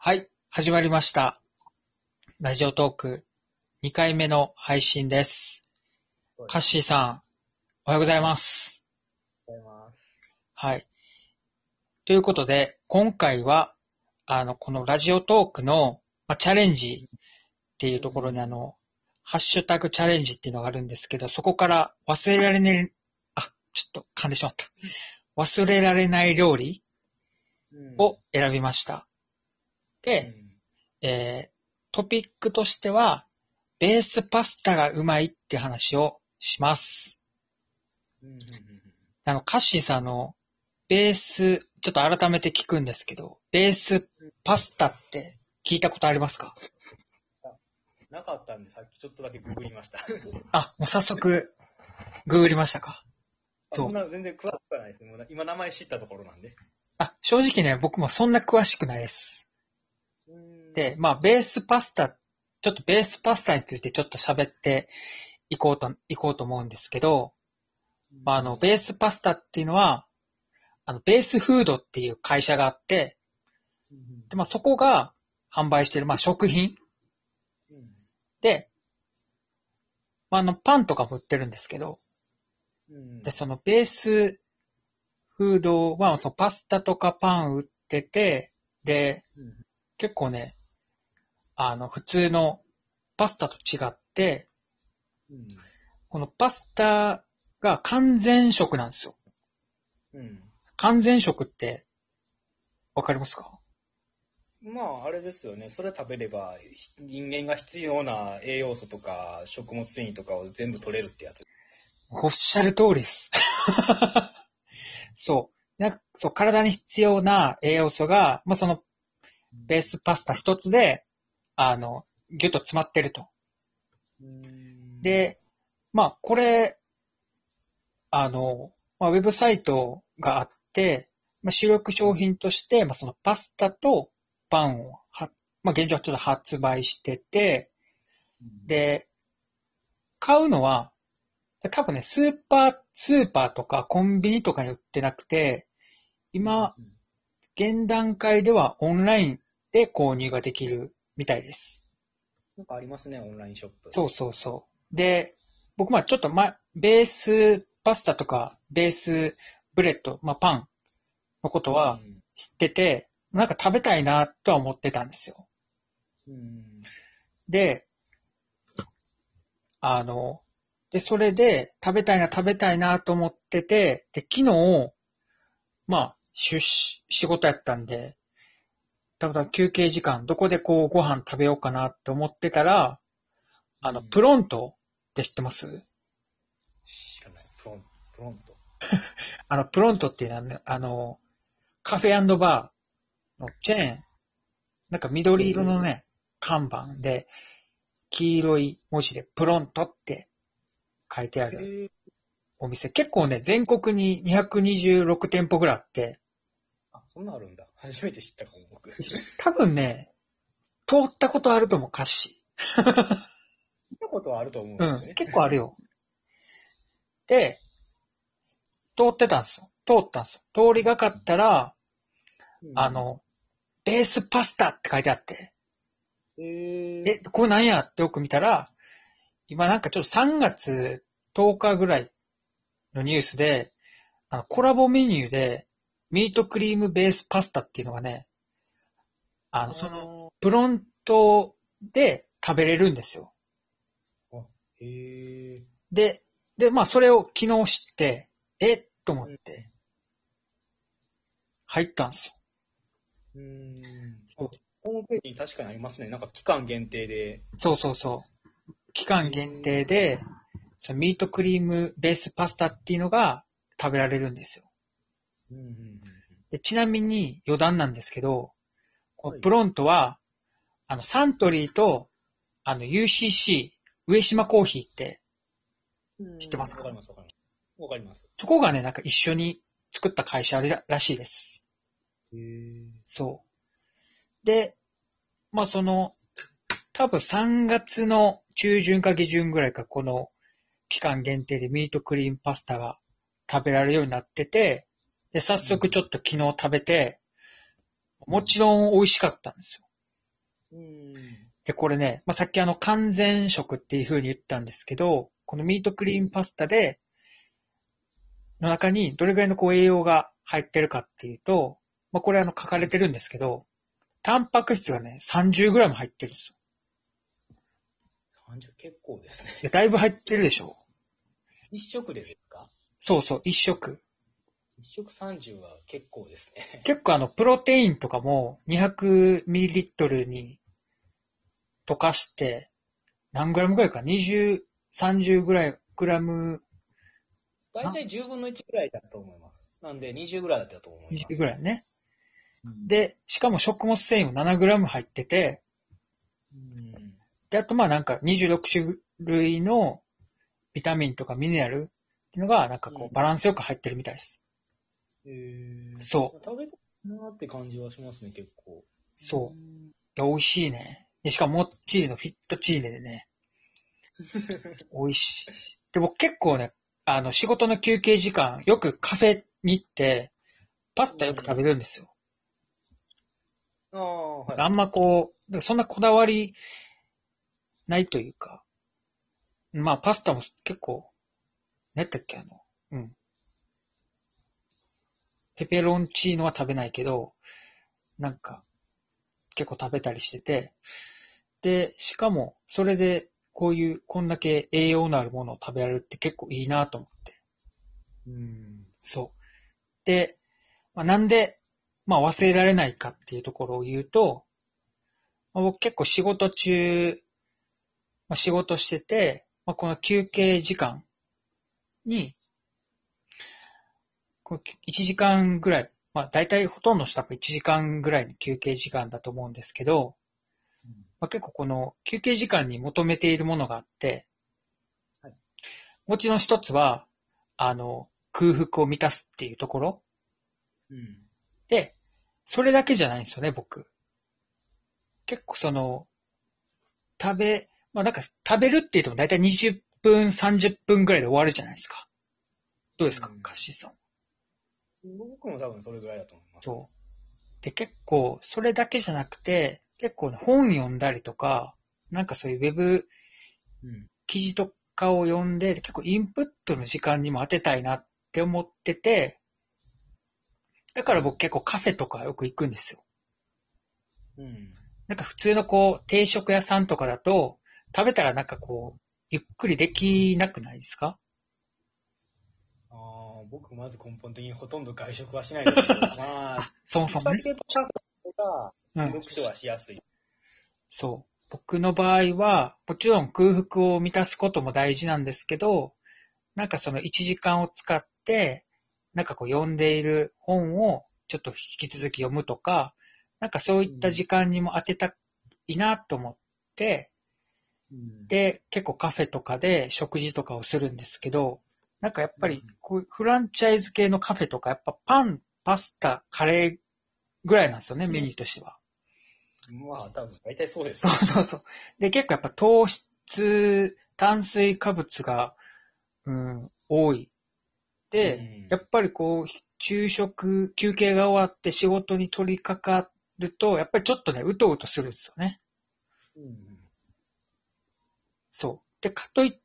はい、始まりました。ラジオトーク2回目の配信です。カッそうですね。 シーさん、おはようございます。 ありがとうございます。 はい。ということで、今回は、このラジオトークの、チャレンジっていううんうところにんハッシュタグチャレンジっていうのがあるんですけど、そこから忘れられない、ちょっと噛んでしまった。忘れられない料理うん。 を選びました。で、 うん。 トピックとしては、ベースパスタがうまいって話をします。 うんうんうんカッシーさんのベース、ちょっと改めて聞くんですけど、ベースうん。 パスタって聞いたことありますか？ あ、なかったんで、さっきちょっとだけググりました。 もう早速、ググりましたか？そう。 そんな全然詳しくはないですね。もう今名前知ったところなんで。 正直ね、僕もそんな詳しくないです。 うーで、 ん。 ベースパスタ、ちょっとベースパスタについてちょっと喋っていこうと思うんですけど、 うん。 ベースパスタっていうのは、ベースフードっていう会社があって、 うん。 で、そこが販売している、食品うん。 で、パンとかも売ってるんですけど、 うん。 で、そのベースフードは、そのパスタとかパン売ってて、で、 うん。 結構ね、普通のパスタと違って、 うん。 このパスタが完全食なんですよ。 うん。 完全食ってわかりますか？ まあ、あれですよね。それ食べれば、人間が必要な栄養素とか、食物繊維とかを全部取れるってやつ。 おっしゃる通りです。そう。そう、体に必要な栄養素が、そのベースパスタ一つで、ぎゅっと詰まってると。 うーん。 で、これ、ウェブサイトがあって、主力商品として、そのパスタとパンを現状はちょっと発売してて、 うん。 で、買うのは、多分ね、スーパーとかコンビニとかに売ってなくて、 うん。 今、現段階ではオンラインで購入ができるみたいです。 なんかありますね、オンラインショップ。 そうそうそう。で、僕ちょっとベースパスタとか、ベースブレッド、パンのことはうん。 知ってて、なんか食べたいなとは思ってたんですよ。 うん。 で、あの、それで食べたいなと思ってて、で、昨日、仕事やったんで、ただ休憩時間、どこでご飯食べようかなって思ってたら、 うん。 プロントって知ってます？ 知らない。プロント。 プロントっていうのはね、カフェバーのチェーン、なんか緑色のね、看板で、黄色い文字でプロントって書いてあるへえ。 お店。結構ね、全国に226店舗ぐらいあって、 あ、そんなんあるんだ。初めて知ったかも、僕。 多分ね、通ったことあると思う、歌詞。 見たことはあると思うんうん、 ですよね。 結構あるよ。で、通ってたんですよ。通ったんですよ。通りがかったら、 うん。 あの、ベースパスタって書いてあって、 へえ。 これなんやってよく見たら、今なんかちょっと3月10日ぐらいのニュースで、コラボメニューで、ミートクリームベースパスタっていうのがね、その、 あプロントで食べれるんですよ。 あ。あ、へえ。 で、それを昨日知って、と思っうん。 て、入ったんですよ。 うーん。あ、 そうホームページに確かにありますね。なんか期間限定で。 そうそうそう。期間限へえ。 定で、そのミートクリームベースパスタっていうのが食べられるんですよ。 うんうんうんでちなみに余談なんですけど、こうん。はい。 のプロントは、サントリーと、UCC、上島コーヒーってうん。 知ってますか？ わかります、わかります。わかります。 そこがね、なんか一緒に作った会社らしいです。 へえ。 そう。で、その、多分3月の中旬か下旬ぐらいか、この期間限定でミートクリームパスタが食べられるようになってて、で、早うん速ちょっと昨日食べて、 うん。 もちろん美味しかったんですよ。 うん。 で、これね、まあ、さっき完全食っていう風に言ったんですけど、このミートクリームパスタで、の中にどれぐらいのこう栄養が入ってるかっていうと、まあ、これ書かれてるんですけど、タンパク質がね、30g 入ってるんですよ。 30結構ですね。 で、だいぶ入ってるでしょ。 一食でですか？ そうそう、一食。 一食30は結構ですね。 結構プロテインとかも 200ml に溶かして、何グラムぐらいか ?20、30ぐらい、グラム、 大体10分の1ぐらいだと思います。なんで20ぐらいだったと思いま 20 す。 ぐらいね。 うん、 で、しかも食物繊維も7グラム入ってて、 うん、 で、あとまあ26種類のビタミンとかミネラルっていうのがこうバランスよく入ってるみたいです。そう。 食べたいなって感じはしますね、結構。 そう。いや、美味しいね。で、しかももっちりのフィットチーネでね、美味しい。で、僕結構ね、仕事の休憩時間、よくカフェに行って、パスタよく食べるんですよ。 ああ、はい。 あんまこう、そんなこだわりないというか、まあパスタも結構、何やったっけうん。ペペロンチーノは食べないけど、なんか結構食べたりしてて、で、しかもそれでこういう、こんだけ栄養のあるものを食べられるって結構いいなと思って。 うん。 そう。で、まあ、なんで、まあ忘れられないかっていうところを言うと、まあ、僕結構仕事中、まあ、仕事してて、まあ、この休憩時間に、こう1時間ぐらい、まあ大体ほとんどの人は1時間ぐらいの休憩時間だと思うんですけど、まあ、結構この休憩時間に求めているものがあって、 はい。 もちろん一つは、空腹を満たすっていうところうん。 で、それだけじゃないんですよね、僕。結構まあ食べるって言っても大体20分、30分ぐらいで終わるじゃないですか。どうですか、カッシーさん。 僕も多分それぐらいだと思いますね。 そう。で、結構、それだけじゃなくて、結構ね、本読んだりとか、そういうウェブうん。 記事とかを読んで、結構インプットの時間にも当てたいなって思ってて、だから僕結構カフェとかよく行くんですよ。 うん。 普通のこう、定食屋さんとかだと、食べたらこう、ゆっくりできなくないですか？ ああ、僕まず根本的にほとんど外食はしないですけど、まあ、 そもそもね。 どっちかっていうとカフェがうん。 読書はしやすい。 そう。僕の場合は、もちろん空腹を満たすことも大事なんですけど、その1時間を使って、こう読んでいる本をちょっと引き続き読むとか、そういった時間にも当てたいなと思って、 うん。 で、結構カフェとかで食事とかをするんですけど、やっぱりこういうフランチャイズ系のカフェとか、やっぱパン、パスタ、カレーぐらいなんですよね、メニューとしては。 まあ、多分大体そうですそよね。 うそうそう。で、結構やっぱ糖質、炭水化物が、多い。で、 うん。 やっぱりこう、休憩が終わって仕事に取り掛かると、やっぱりちょっとね、うとうとするんですよね。 うん。 そう。で、かといって、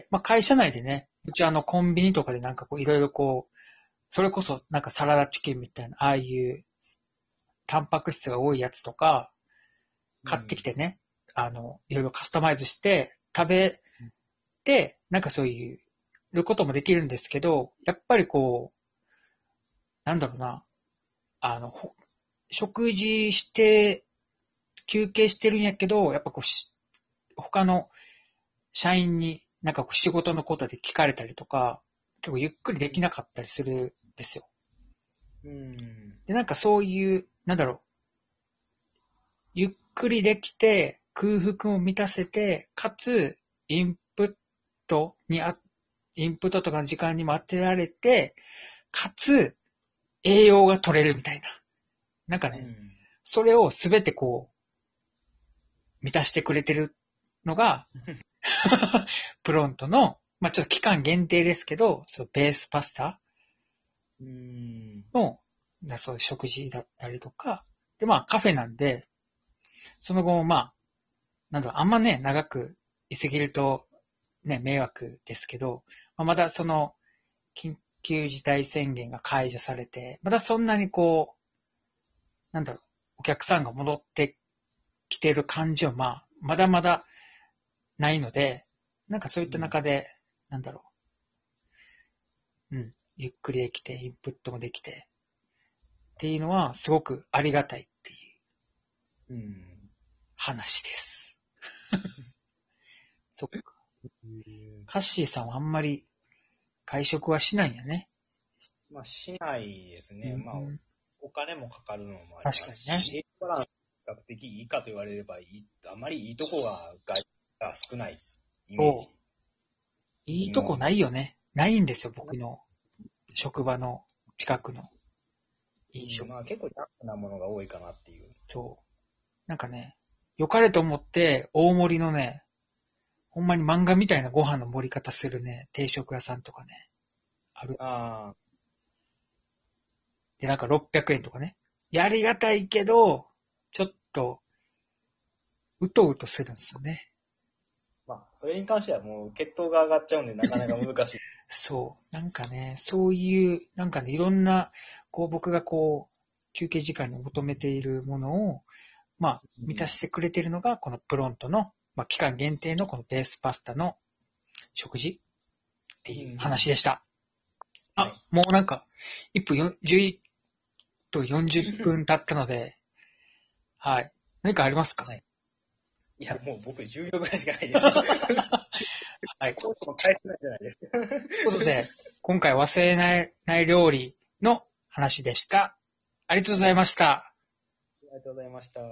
まあ会社内でね、うちコンビニとかでこういろいろこう、それこそサラダチキンみたいな、ああいうタンパク質が多いやつとか、買ってきてね、いろいろカスタマイズして食べて、そういうこともできるんですけど、やっぱりこう、なんだろうな、あの、ほ食事して、休憩してるんやけど、やっぱこう他の社員にこう仕事のことで聞かれたりとか、結構ゆっくりできなかったりするんですよ。 うん。 で、そういう、ゆっくりできて、空腹を満たせて、かつ、インプットにあ、インプットとかの時間にも当てられて、かつ、栄養が取れるみたいな。ね、 うん。 それをすべてこう、満たしてくれてるのが、プロントの、まあ、ちょっと期間限定ですけど、そのベースパスタうん。 の、そういう食事だったりとか、で、まあカフェなんで、 その後もまあ、あんまね、長く居すぎるとね、迷惑ですけど、まあ、まだその、緊急事態宣言が解除されて、まだそんなにこう、お客さんが戻ってきてる感じはまあ、まだまだないので、そういった中で、なんだろゆっくりできて、インプットもできて、っていうのはすごくありがたいっていう話です。そっか。カッシーさんはあんまり外食はしないんやね。 まあ、しないですね。まあ、お金もかかるのもありますし、 確かにね。 レストラン比較的いいかと言われればあまりいいとこが外が少ないイメージ。 いいとこないよね。ないんですよ、僕の職場の近くの飲食。 まあ結構ラフなものが多いかなっていう。 そう。良かれと思って大盛りのね、ほんまに漫画みたいなご飯の盛り方するね、定食屋さんとかね、ある。 ああ。 で、600円とかね。やりがたいけど、ちょっと、うとうとするんですよね。 まあ、それに関してはもう血糖が上がっちゃうんでなかなか難しい。 そう。そういう、いろんな、僕が休憩時間に求めているものを、まあ、満たしてくれているのが、このプロントの、まあ、期間限定のこのベースパスタの食事っていう話でした。もう1分11分40分経ったので、はい。何かありますか？ いや、もう僕10秒ぐらいしかないです。はい。こうも返せないじゃないですか。 ということで、今回忘れない料理の話でした。ありがとうございました。 ありがとうございました。